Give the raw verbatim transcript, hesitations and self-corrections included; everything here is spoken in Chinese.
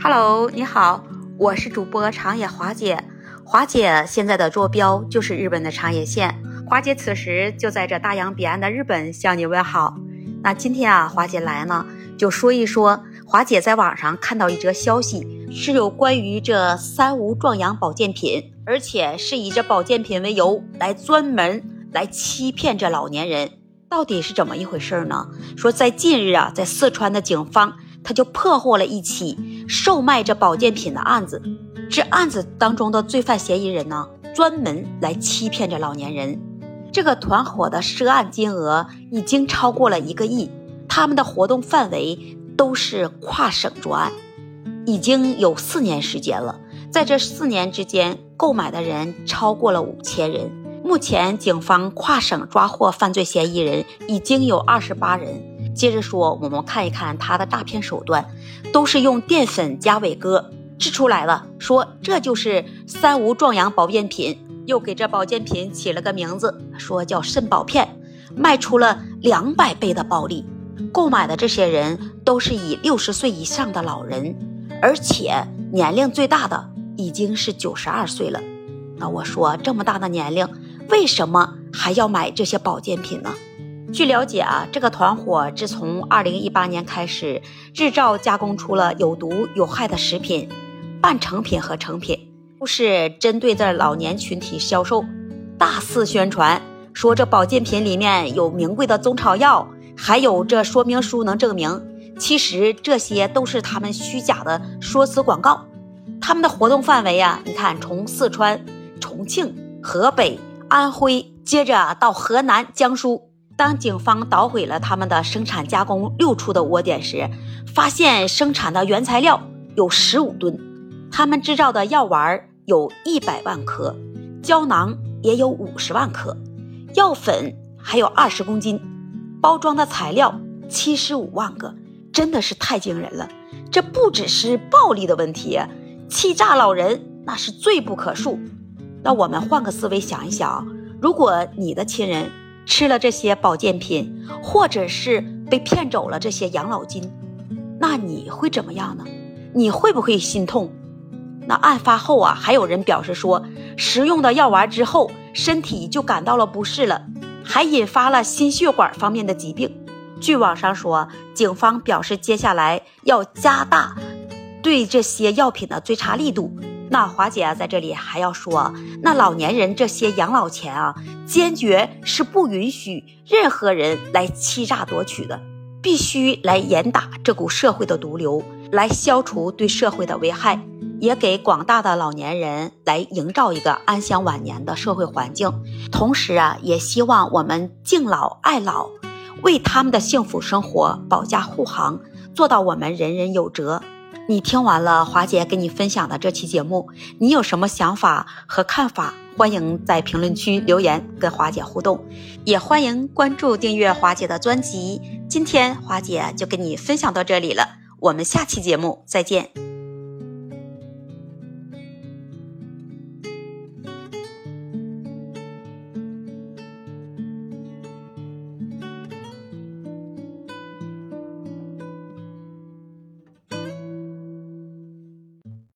Hello， 你好，我是主播长野华姐。华姐现在的坐标就是日本的长野县，华姐此时就在这大洋彼岸的日本向你问好。那今天啊，华姐来呢，就说一说华姐在网上看到一则消息，是有关于这三无壮阳保健品，而且是以这保健品为由来专门来欺骗这老年人。到底是怎么一回事呢？说在近日啊，在四川的警方他就破获了一起售卖这保健品的案子。这案子当中的罪犯嫌疑人呢，专门来欺骗着老年人。这个团伙的涉案金额已经超过了一个亿，他们的活动范围都是跨省作案，已经有四年时间了。在这四年之间，购买的人超过了五千人。目前警方跨省抓获犯罪嫌疑人已经有二十八人。接着说，我们看一看他的诈骗手段，都是用淀粉加伟哥制出来了，说这就是三无壮阳保健品，又给这保健品起了个名字，说叫肾宝片，卖出了两百倍的暴利。购买的这些人都是以六十岁以上的老人，而且年龄最大的已经是九十二岁了。那我说这么大的年龄，为什么还要买这些保健品呢？据了解啊，这个团伙自从二零一八年开始制造加工出了有毒有害的食品、半成品和成品，都是针对这老年群体销售，大肆宣传说这保健品里面有名贵的中草药，还有这说明书能证明。其实这些都是他们虚假的说辞广告。他们的活动范围啊，你看从四川、重庆、河北、安徽，接着到河南、江苏。当警方捣毁了他们的生产加工六处的窝点时，发现生产的原材料有十五吨，他们制造的药丸有一百万颗，胶囊也有五十万颗，药粉还有二十公斤，包装的材料七十五万个，真的是太惊人了。这不只是暴利的问题，欺诈老人那是罪不可恕。那我们换个思维想一想，如果你的亲人吃了这些保健品，或者是被骗走了这些养老金，那你会怎么样呢？你会不会心痛？那案发后啊，还有人表示说，食用的药丸之后，身体就感到了不适了，还引发了心血管方面的疾病。据网上说，警方表示接下来要加大对这些药品的追查力度。那华姐啊，在这里还要说，那老年人这些养老钱啊，坚决是不允许任何人来欺诈夺取的，必须来严打这股社会的毒瘤，来消除对社会的危害，也给广大的老年人来营造一个安享晚年的社会环境。同时啊，也希望我们敬老爱老，为他们的幸福生活保驾护航，做到我们人人有责。你听完了华姐给你分享的这期节目，你有什么想法和看法？欢迎在评论区留言跟华姐互动，也欢迎关注订阅华姐的专辑。今天华姐就跟你分享到这里了，我们下期节目再见。